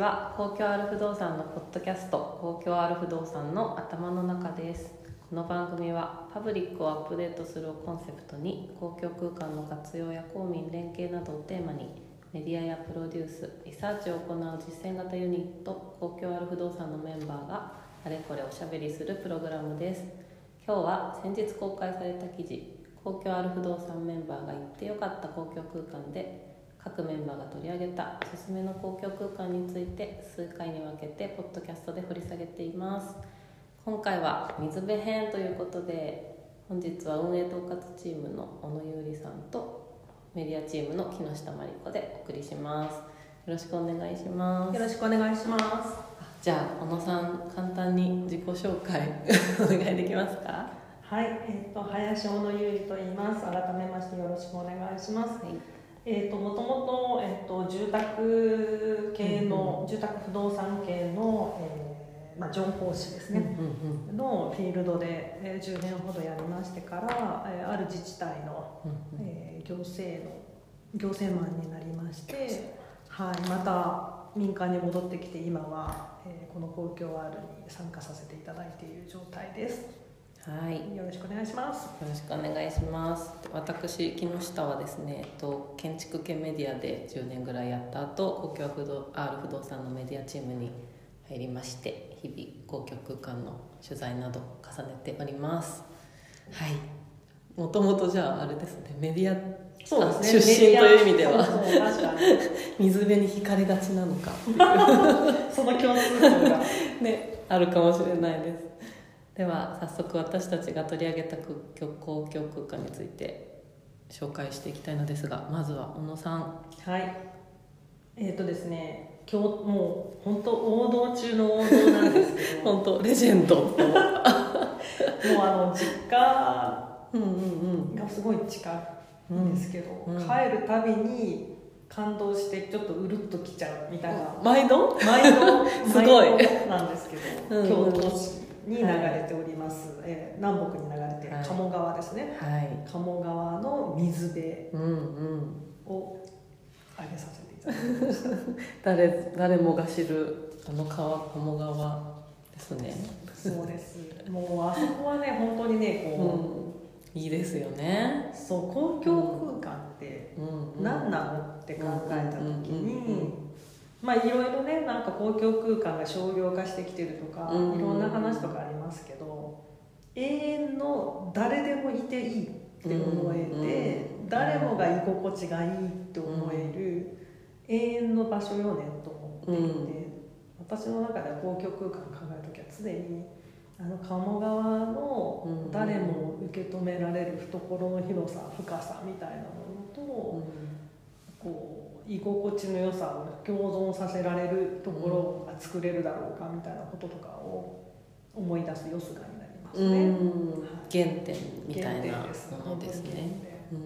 は公共ある不動産のポッドキャスト公共ある不動産の頭の中です。この番組はパブリックをアップデートするをコンセプトに公共空間の活用や公民連携などをテーマにメディアやプロデュース、リサーチを行う実践型ユニット公共ある不動産のメンバーがあれこれおしゃべりするプログラムです。今日は先日公開された記事公共ある不動産メンバーが行ってよかった公共空間で各メンバーが取り上げたおすすめの公共空間について数回に分けてポッドキャストで掘り下げています。今回は水辺編ということで、本日は運営統括チームの小野優里さんとメディアチームの木下真理子でお送りします。よろしくお願いします。 よろしくお願いします。 じゃあ小野さん、簡単に自己紹介お願いできますか？ はい、林小野優里と言います。改めましてよろしくお願いします。 はい。 もともと住宅系の、住宅不動産系の、情報誌ですね、のフィールドで、10年ほどやりましてから、ある自治体の、行政マンになりまして、はい、また民間に戻ってきて今は、この公共 R に参加させていただいている状態です。 はい、 よろしくお願いします。 よろしくお願いします。私木下はですね、建築系メディアで10年ぐらいやった後、公共R不動産のメディアチームに入りまして、日々公共空間の取材など重ねております。はい。もともとじゃああれですね、メディアそうですね、 出身という意味ではそう確かに水辺に惹かれがちなのかっていうその共通点がね、あるかもしれないです。では早速私たちが取り上げた公共空間について紹介していきたいのですが、まずは小野さん。 はい。ですね、今日もう本当王道中の王道なんですけど本当レジェンドもう実家がすごい近いんですけど、帰るたびに感動してちょっとうるっときちゃうみたいな、 毎度すごいなんですけど、京都市に流れております、南北に流れている鴨川ですね、はい、鴨川の水辺を挙げさせていただきました誰もが知るあの鴨川ですね。 そうです。もうあそこはね本当にねいいですよね。 そう、公共空間って何なのって考えた時に、まあいろいろね、なんか公共空間が商業化してきてるとか、いろんな話とかありますけど、永遠の誰でもいていいって思えて、誰もが居心地がいいって思える永遠の場所よねと思っていて、私の中では公共空間を考える時は常に鴨川の誰も受け止められる懐の広さ、深さみたいなものと、こう居心地の良さを共存させられるところが作れるだろうかみたいなこととかを思い出すよすがになりますね。 原点みたいなものですね。な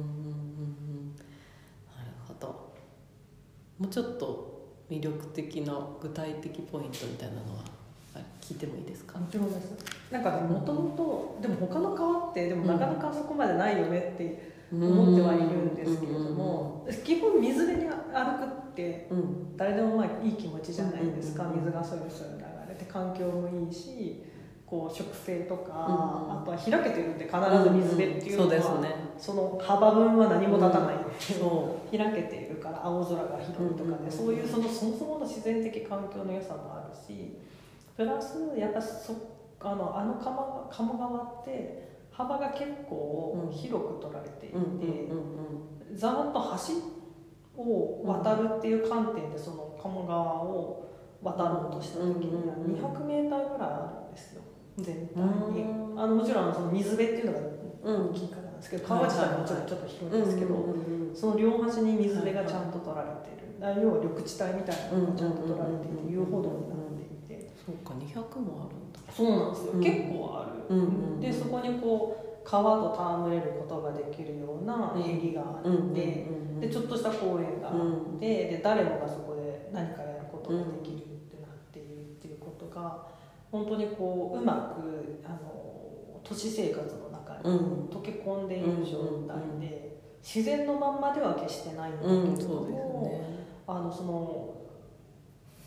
るほど。もうちょっと魅力的な具体的ポイントみたいなのは聞いてもいいですか？ もちろんです。なんかね、もともとでも他の川ってでもなかなかそこまでないよねって思ってはいるんですけれども、基本水辺に歩くって誰でもまあいい気持ちじゃないですか。水がそよそよ流れて環境もいいし、こう植生とか、あとは開けてるんで必ず水辺っていうのは、その幅分は何も立たないっていう、開けているから青空が広いとかね、そういうそもそもの自然的環境の良さもあるし、プラスやっぱ鴨川って幅が結構広く取られていて、ざーっと橋を渡るっていう観点でその鴨川を渡ろうとした時には200メーターぐらいあるんですよ、全体に。もちろんその水辺っていうのが大きいからなんですけど、川自体ももちろんちょっと広いんですけど、その両端に水辺がちゃんと取られている、要は緑地帯みたいなのがちゃんと取られていて遊歩道になっていて、 そうか、200もあるんだ。 そうなんですよ、結構ある。でそこにこう川と戯れることができるようなへりがあって、でちょっとした公園があって、で誰もがそこで何かやることができるってなっているっていうことが本当にこううまく都市生活の中に溶け込んでいる状態で、自然のまんまでは決してないんだけれども、その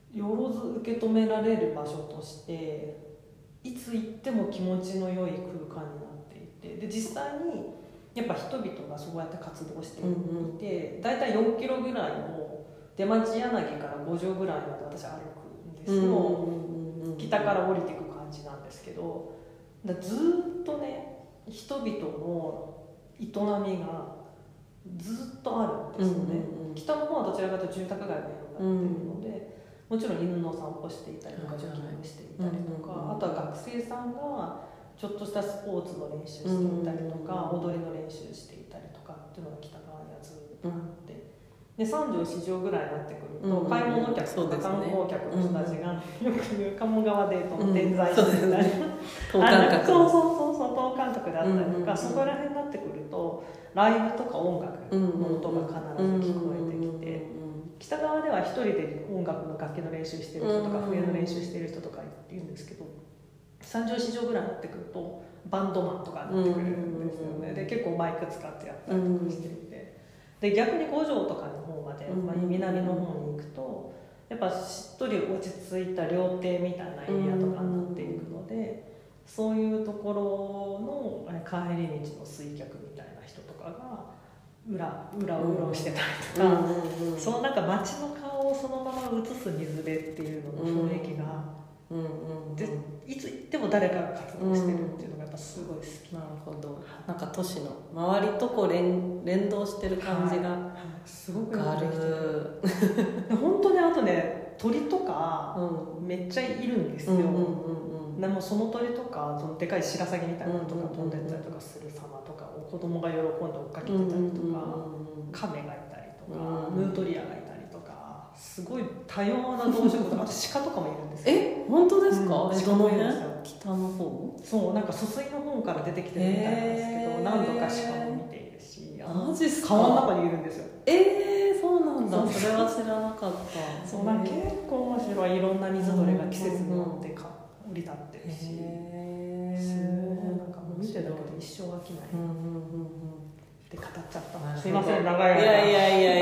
よろず受け止められる場所としていつ行っても気持ちの良い空間になっていて、で実際にやっぱ人々がそうやって活動していて、だいたい4キロぐらいを出町柳から五条ぐらいまで私歩くんですよ。北から降りていく感じなんですけど、ずっとね人々の営みがずっとあるんですよね。北の方はどちらかというと住宅街が広がっているので、もちろん犬の散歩していたりとかジョギングしていたりとか、あとは学生さんがちょっとしたスポーツの練習していたりとか、踊りの練習していたりとかっていうのが北側にはずっとあって、で三条四条ぐらいになってくると、買い物客とか観光客の人たちがよく言う鴨川デートの点在していたり、等間隔であったりとか、そこら辺になってくるとライブとか音楽の音が必ず聞こえてきて、北側では一人で音楽の楽器の練習してる人とか笛の練習してる人とかいるんですけど、三条四条ぐらいになってくるとバンドマンとかになってくるんですよね。で結構マイク使ってやったりとかしていて、で逆に五条とかの方まで、南の方に行くとやっぱしっとり落ち着いた料亭みたいなエリアとかになっていくので、そういうところの帰り道の水客みたいな人とかがうろしてたりとか、そのなんか街の顔をそのまま映す水辺っていうのの雰囲気が、でいつ行っても誰かが活動してるっていうのがやっぱすごい好き。 なるほど。なんか都市の周りとこう連動してる感じがすごくある。 本当にあとね鳥とかめっちゃいるんですよ。でもその鳥とかそのでかい白鷺みたいなのとか飛んでったりとかする様とかを子供が喜んで追っかけてたりとか、亀がいたりとか、ヌートリアがいたりとか、すごい多様な動植物、あと鹿とかもいるんですよ。 本当ですか？どの辺？北の方？ そう、なんか疎水の方から出てきてるみたいなんですけど、何度か鹿も見ているし、 マジっすか？ 川の中にいるんですよ。 そうなんだ。それは知らなかった。 そう、なんか結構面白い。いろんな水鳥が季節によって降り立ってるし、すごいなんか見てるだけで一生飽きないって語っちゃった。すいません、長い間。 いや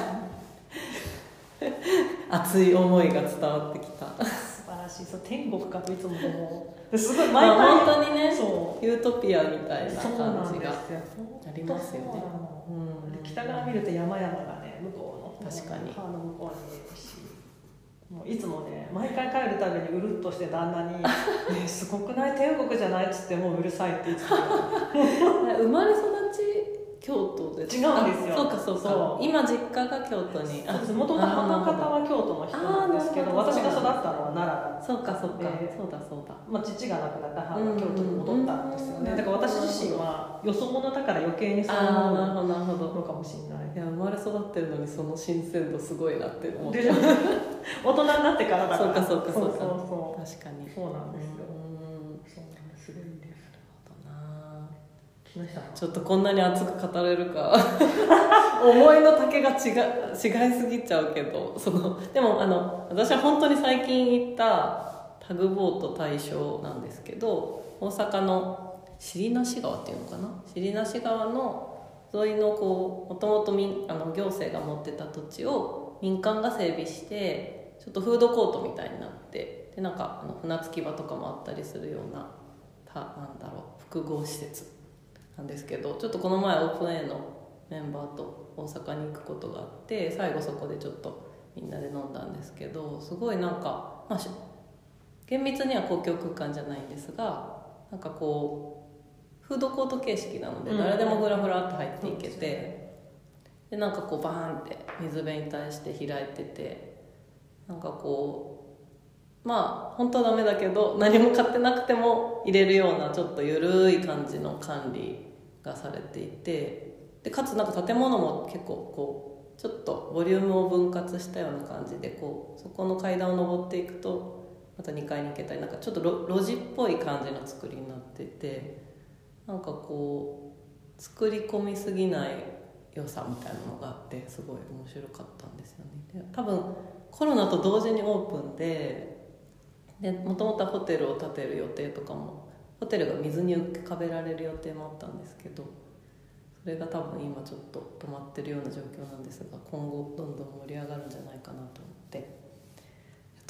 熱い思いが伝わってきた。 素晴らしい。そう、天国かといつも思う。すごい毎回本当にね、ユートピアみたいな感じがありますよね。 北側見ると山々がね、向こうの確かに川の向こうに見えるし、もういつもね、毎回帰るたびにうるっとして旦那に「すごくない天国じゃない」っつってもううるさいって言ってた。 生まれ育ち京都で違うんですよ。 そうか。今実家が京都に。 もともと母方は京都の人なんですけど、私が育ったのは奈良だった。 そうか。そうだ。 まあ、父が亡くなった母が京都に戻ったんですよね。だから私自身はよそ者だから余計にそう思うのかもしれない。 いや、生まれ育ってるのにその新鮮度すごいなって思って。 大人になってからだから。 そうか。確かに。 そうなんですよ。 そうなんです。 すごいです。 ちょっとこんなに熱く語れるか思いの丈が違いすぎちゃうけど、でも私は本当に最近行ったタグボート大賞なんですけど、大阪の尻無川っていうのかな、尻無川の沿いのこうもともと行政が持ってた土地を民間が整備して、ちょっとフードコートみたいになって、でなんか船着き場とかもあったりするような複合施設なんですけど、ちょっとこの前オープン A のメンバーと大阪に行くことがあって、最後そこでちょっとみんなで飲んだんですけど、すごいなんか、厳密には公共空間じゃないんですが、なんかこうフードコート形式なので誰でもフラフラって入っていけて、でなんかこうバーンって水辺に対して開いてて、なんかこう本当はダメだけど何も買ってなくても入れるようなちょっと緩い感じの管理がされていて、でかつなんか建物も結構こうちょっとボリュームを分割したような感じで、こうそこの階段を上っていくとまた2階に行けたり、なんかちょっと路地っぽい感じの作りになってて、なんかこう作り込みすぎない良さみたいなのがあって、すごい面白かったんですよね。で多分コロナと同時にオープンでもともとはホテルを建てる予定とかも、ホテルが水に浮かべられる予定もあったんですけど、それが多分今ちょっと止まってるような状況なんですが、今後どんどん盛り上がるんじゃないかなと思って、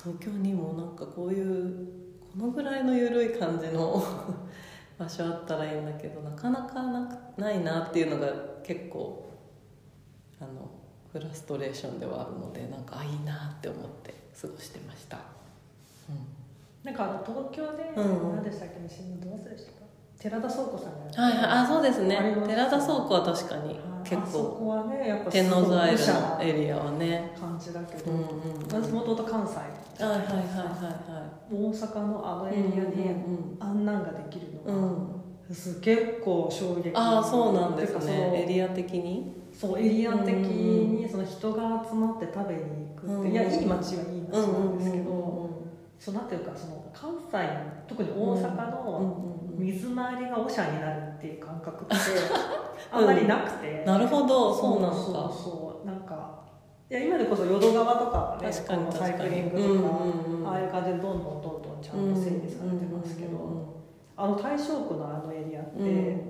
東京にもなんかこういうこのぐらいの緩い感じの場所あったらいいんだけど、なかなかないなっていうのが結構フラストレーションではあるので、なんかいいなって思って過ごしてました。 なんか東京で何でしたっけ、どうでしたか、寺田倉庫さんがはいはい、あ、そうですね、寺田倉庫は確かに結構、 あそこはねやっぱ天王洲アイルのエリアはね感じだけど、私もともと関西、 はいはいはいはい、 大阪のあのエリアであんなんができるのが、結構衝撃。 ああ、そうなんですね。エリア的に、 そう、エリア的にその人が集まって食べに行くって、いや、いい街はいい街なんですけど、そうなんていうか、その関西、特に大阪の水回りがオシャになるっていう感覚ってあんまりなくて、 なるほど、そうなのか。 そうなんか、いや今でこそ淀川とかはね、 確かにサイクリングとか、ああいう感じでどんどんちゃんと整備されてますけど、大正区のあのエリアって、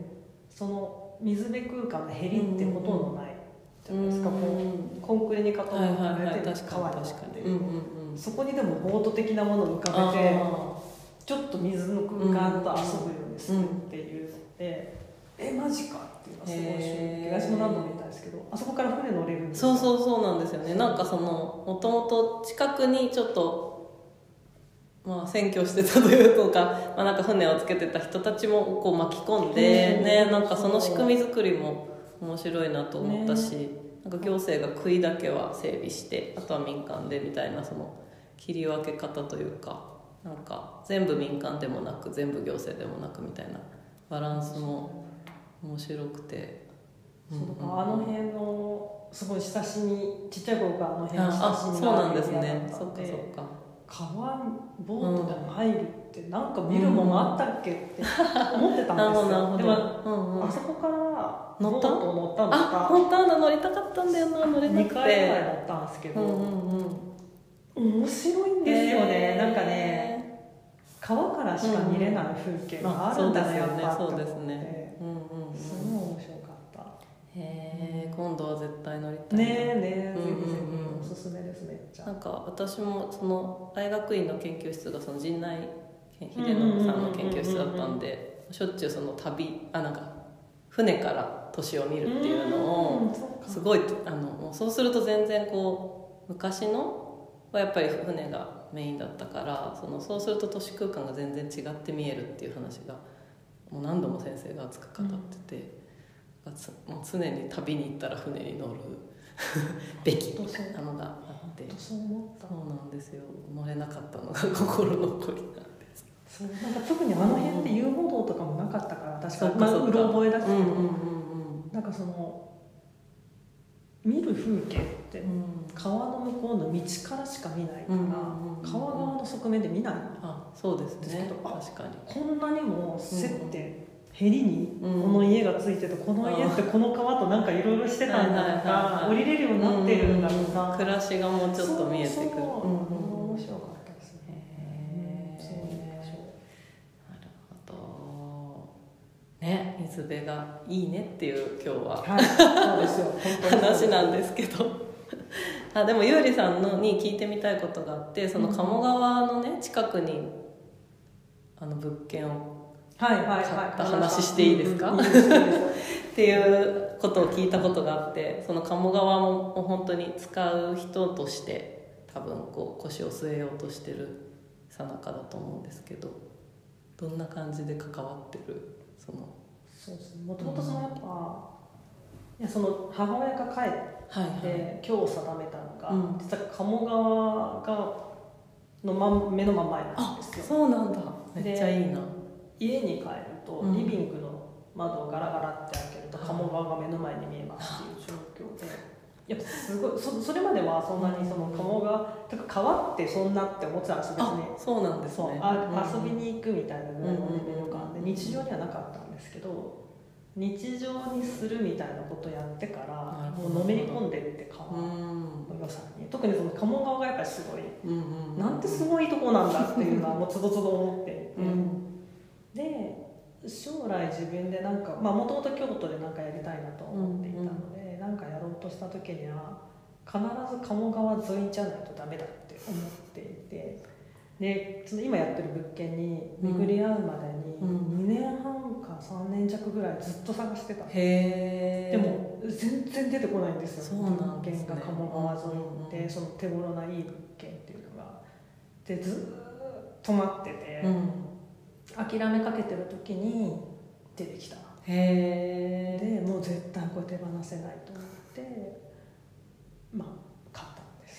その水辺空間の減りってほとんどないじゃないですか。コンクリに囲まれてる川になって、そこにでもボート的なものを浮かべてちょっと水の空間と遊ぶようにするっていうので、マジかっていうのはすごい衝撃。私も何度も見たんですけど、あそこから船乗れるんですか。 そうなんですよね。なんかもともと近くにちょっと占拠してたというか、なんか船をつけてた人たちもこう巻き込んで、ね、なんかその仕組み作りも面白いなと思ったし、なんか行政が杭だけは整備して、あとは民間でみたいな、その切り分け方というか、なんか全部民間でもなく全部行政でもなくみたいなバランスも面白くて、 そうだからあの辺のすごい親しみ、ちっちゃい頃からあの辺の親しみがあるエリアだったんで、 そうなんですね。 そっかそっか。 川ボートでも入るってなんか見るものあったっけって思ってたんですよ。でも、あそこからボート乗ったのか、 本当は乗りたかったんだよな、乗れなくて 2回ぐらい乗ったんですけど、面白いんですよね。なんかね、川からしか見れない風景があるんだな、やっぱって思って、すごい面白かった。 今度は絶対乗りたいねぜひぜひおすすめです。めっちゃなんか私もその大学院の研究室がその陣内秀信さんの研究室だったんで、しょっちゅうそのなんか船から都市を見るっていうのをすごいそうすると全然こう昔のはやっぱり船がメインだったから、そうすると都市空間が全然違って見えるっていう話がもう何度も先生が熱く語ってて、もう常に旅に行ったら船に乗るべきみたいなのがあって、そうなんですよ。乗れなかったのが心残りなんです。 そう、なんか特にあの辺で遊歩道とかもなかったから、確かにうろ覚えだけど、なんかその見る風景って川の向こうの道からしか見ないから、川側の側面で見ないんですけど、 そうですね、確かにこんなにも競ってへりにこの家がついてて、この家ってこの川となんかいろいろしてたんだとか、降りれるようになってるんだとか、 暮らしがもうちょっと見えてくる。 面白かったですね。 なるほどね。水辺がいいねっていう今日は、 そうですよ、 話なんですけどでも優里さんに聞いてみたいことがあって、その鴨川のね近くに物件を買った話していいですかっていうことを聞いたことがあって、その鴨川も本当に使う人として多分こう腰を据えようとしてる最中だと思うんですけど、どんな感じで関わってるそうですね。もともとやっぱその母親が帰って今日定めたのが、実は鴨川の目の真ん前なんですよ。 そうなんだ。めっちゃいいな。 家に帰るとリビングの窓をガラガラって開けると鴨川が目の前に見えますっていう状況で、やっぱすごい それまではそんなに鴨川とか川ってそんなって思ってたんですよ。別にそうなんですね。 遊びに行くみたいなぐらいのレベル感で日常にはなかったんですけど、日常にするみたいなことをやってからもうのめり込んでって川の良さに、特にその鴨川がやっぱりすごい、なんてすごいとこなんだっていうのはもうつどつど思っていて、で将来自分でなんかもともと京都で何かやりたいなと思っていたので、何かやろうとした時には必ず鴨川沿いじゃないとダメだって思っていて、でその今やってる物件に巡り合うまでに2年半か3年弱ぐらいずっと探してた。でも全然出てこないんですよ。物件が鴨川沿いで、その手頃ないい物件っていうのがでずっと待ってて、諦めかけてる時に出てきた。でもう絶対これ手放せないと思って買ったんです。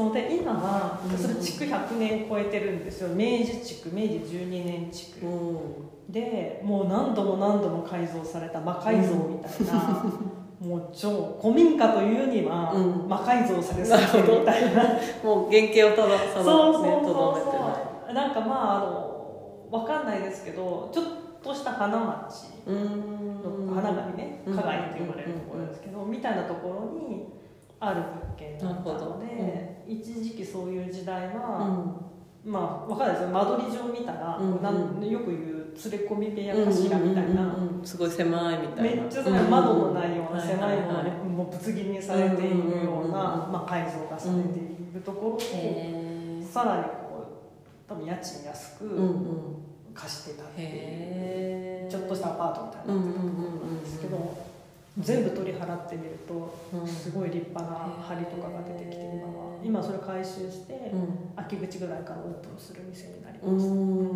そうで今はそれ築100年超えてるんですよ。明治築、明治12年築で、もう何度も何度も改造された魔改造みたいな、もう超古民家というには魔改造されすぎてるみたいな、 もう原型をとどめてない。 なんか分かんないですけど、ちょっとした花町の花街ね、花街って呼ばれるところですけど、みたいなところにある物件だったので、一時期そういう時代は、分かんないですよ、間取り上見たら、よく言う連れ込み部屋頭みたいな、 すごい狭いみたいな、 めっちゃ窓のないような狭いものにもうぶつ切りにされているような改造がされているところをさらに多分家賃安く貸してたっていう、ちょっとしたアパートみたいなところなんですけど、全部取り払ってみるとすごい立派な梁とかが出てきて、今それ回収して秋口ぐらいからオープンする店になりました。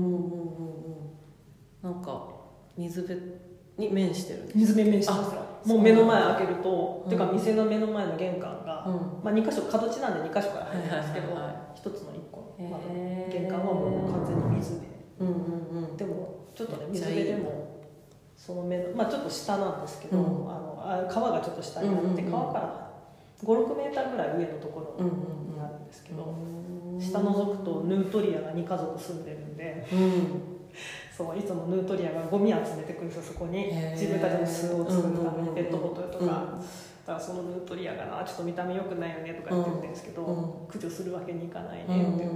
なんか水辺に面してる。 水辺に面してますよ。もう目の前開けると、っていうか店の目の前の玄関が、2箇所角地なんで2箇所から入るんですけど、1つの1個の玄関はもう完全に水辺。でもちょっとね、水辺でもその目のちょっと下なんですけど、川がちょっと下にあって、川から5-6メーターぐらい上のところにあるんですけど、下覗くとヌートリアが2家族住んでるんで、そういつもヌートリアがゴミ集めてくるんですよ、そこに自分たちの巣を作るためにペットボトルとか、だからそのヌートリアがちょっと見た目良くないよねとか言ってるんですけど、駆除するわけにいかないねって言って。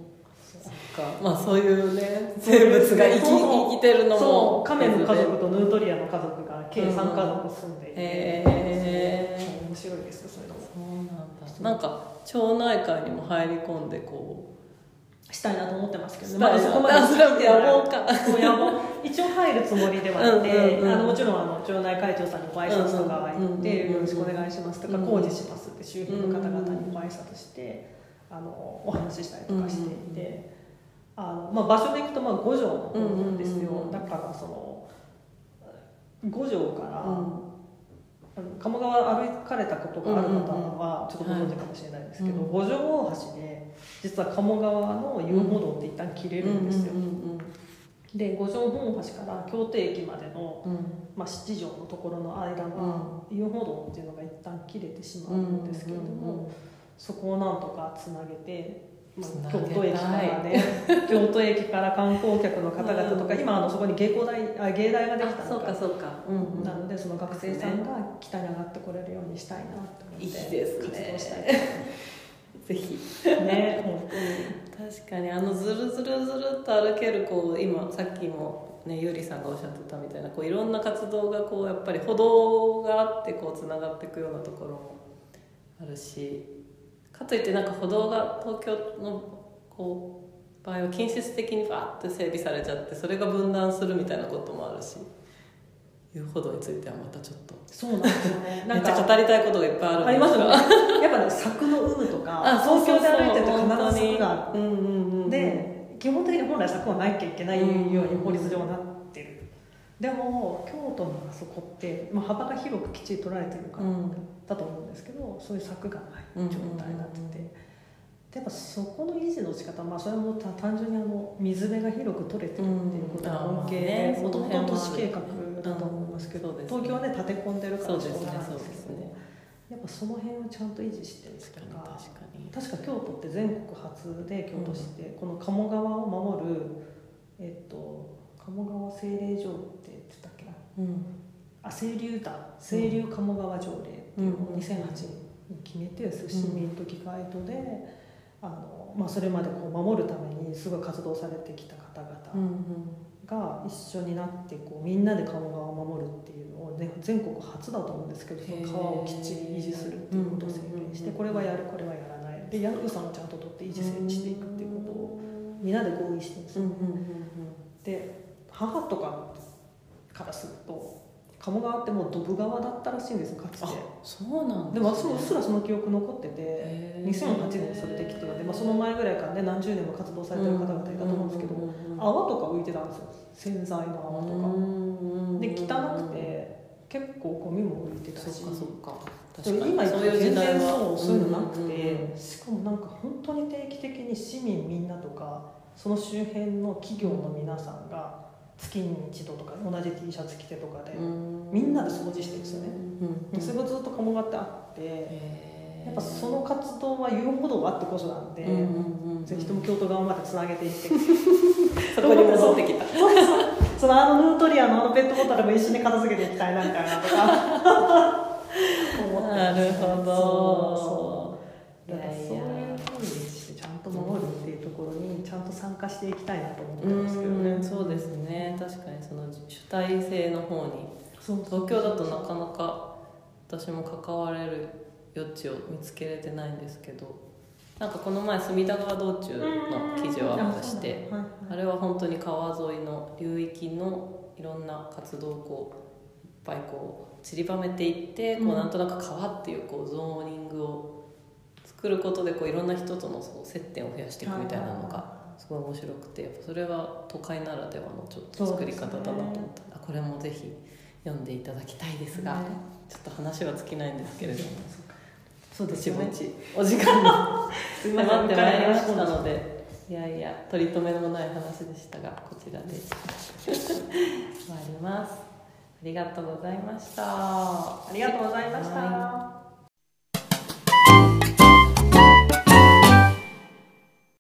そっか、そういうね生物が生きてるのも、 そう亀の家族とヌートリアの家族が計3家族住んでいて、面白いですよ、それも。 そうなんだ。なんか町内会にも入り込んでしたいなと思ってますけどね。 まだそこまで野望か。 一応入るつもりではあって、もちろん町内会長さんにご挨拶とか行って、よろしくお願いしますとか、工事しますって周辺の方々にご挨拶してお話ししたりとかしていて、場所で行くと五条の方なんですよ。だからその五条から鴨川歩かれたことがある方はちょっとご存知かもしれないですけど、五条大橋で実は鴨川の遊歩道って一旦切れるんですよ。で五条本橋から京都駅までの、七条のところの間は遊歩道っていうのが一旦切れてしまうんですけれども、そこをなんとかつなげて、京都駅からね京都駅から観光客の方々とか、今そこに芸大ができたのか、なのでその学生さんが北に上がってこれるようにしたいなと思って活動したいぜひね、本当に確かにずるずるずるっと歩ける今さっきもねゆりさんがおっしゃってたみたいないろんな活動がやっぱり歩道があってつながっていくようなところもあるし、かといって歩道が東京の場合は近接的にバーッて整備されちゃって、それが分断するみたいなこともあるし、遊歩道についてはまたちょっとそうなんですよね。 めっちゃ語りたいことがいっぱいあるんですが、 ありますよね。やっぱね、柵の有無とか東京で歩いてると必ず柵がある。で基本的に本来柵はなきゃいけないように法律上なってる。でも京都のあそこって、幅が広くきっちり取られてるからだと思うんですけど、そういう柵がない状態になってて、やっぱそこの維持の仕方、それも単純に水辺が広く取れてるっていうことが恩恵で、もともと都市計画だと思いますけど、東京はね立て込んでるからしょうがないんですけど、やっぱその辺をちゃんと維持してるとか、確か京都って全国初で、京都市ってこの鴨川を守る鴨川清霊条って言ってたっけな、清流鴨川条例っていうのを2008年に決めて、市民と議会とでそれまで守るためにすごい活動されてきた方々が一緒になってみんなで鴨川を守るっていうのを、ね、全国初だと思うんですけど、その川をきっちり維持するっていうことを宣言して、これはやるこれはやらないで予算をちゃんと取って維持していくっていうことをみんなで合意してるんですよ、で母とかからすると鴨川ってもうドブ川だったらしいんですかつて。 そうなんでも私もうっすらその記憶残ってて、2008年にそれできてで、その前ぐらいからね何十年も活動されてる方々いたと思うんですけど、泡とか浮いてたんですよ、洗剤の泡とかで、汚くて結構ゴミも浮いてたし、今そういう時代はそういうのなくて、しかもなんか本当に定期的に市民みんなとかその周辺の企業の皆さんが月に一度とか同じ T シャツ着てとかでみんなで掃除してるんですよね、それがずっと鴨川ってあって、やっぱその活動は言うほどあってこそなんで、ぜひとも京都側までつなげていってそこに戻ってきたそのヌートリアのペットボトルも一緒に片付けていきたいなみたいなとか思ってなるほど。 そういうふうにしてちゃんと守るっていうところにちゃんと参加していきたいなと思ってますけどね。 そうですね、確かにその主体性の方に東京だとなかなか私も関われる余地を見つけれてないんですけど、なんかこの前隅田川道中の記事をアップして、あれは本当に川沿いの流域のいろんな活動をこういっぱいこう散りばめていって、こうなんとなく川っていうこうゾーニングを作ることでこういろんな人とのそう接点を増やしていくみたいなのがすごい面白くて、やっぱそれは都会ならではのちょっと作り方だなと思った、これもぜひ読んでいただきたいですが、ちょっと話は尽きないんですけれども、 そうですね、 お時間に迫ってまいりましたので、いやいや取り留めのない話でしたが、こちらで終わります。ありがとうございました。 ありがとうございました。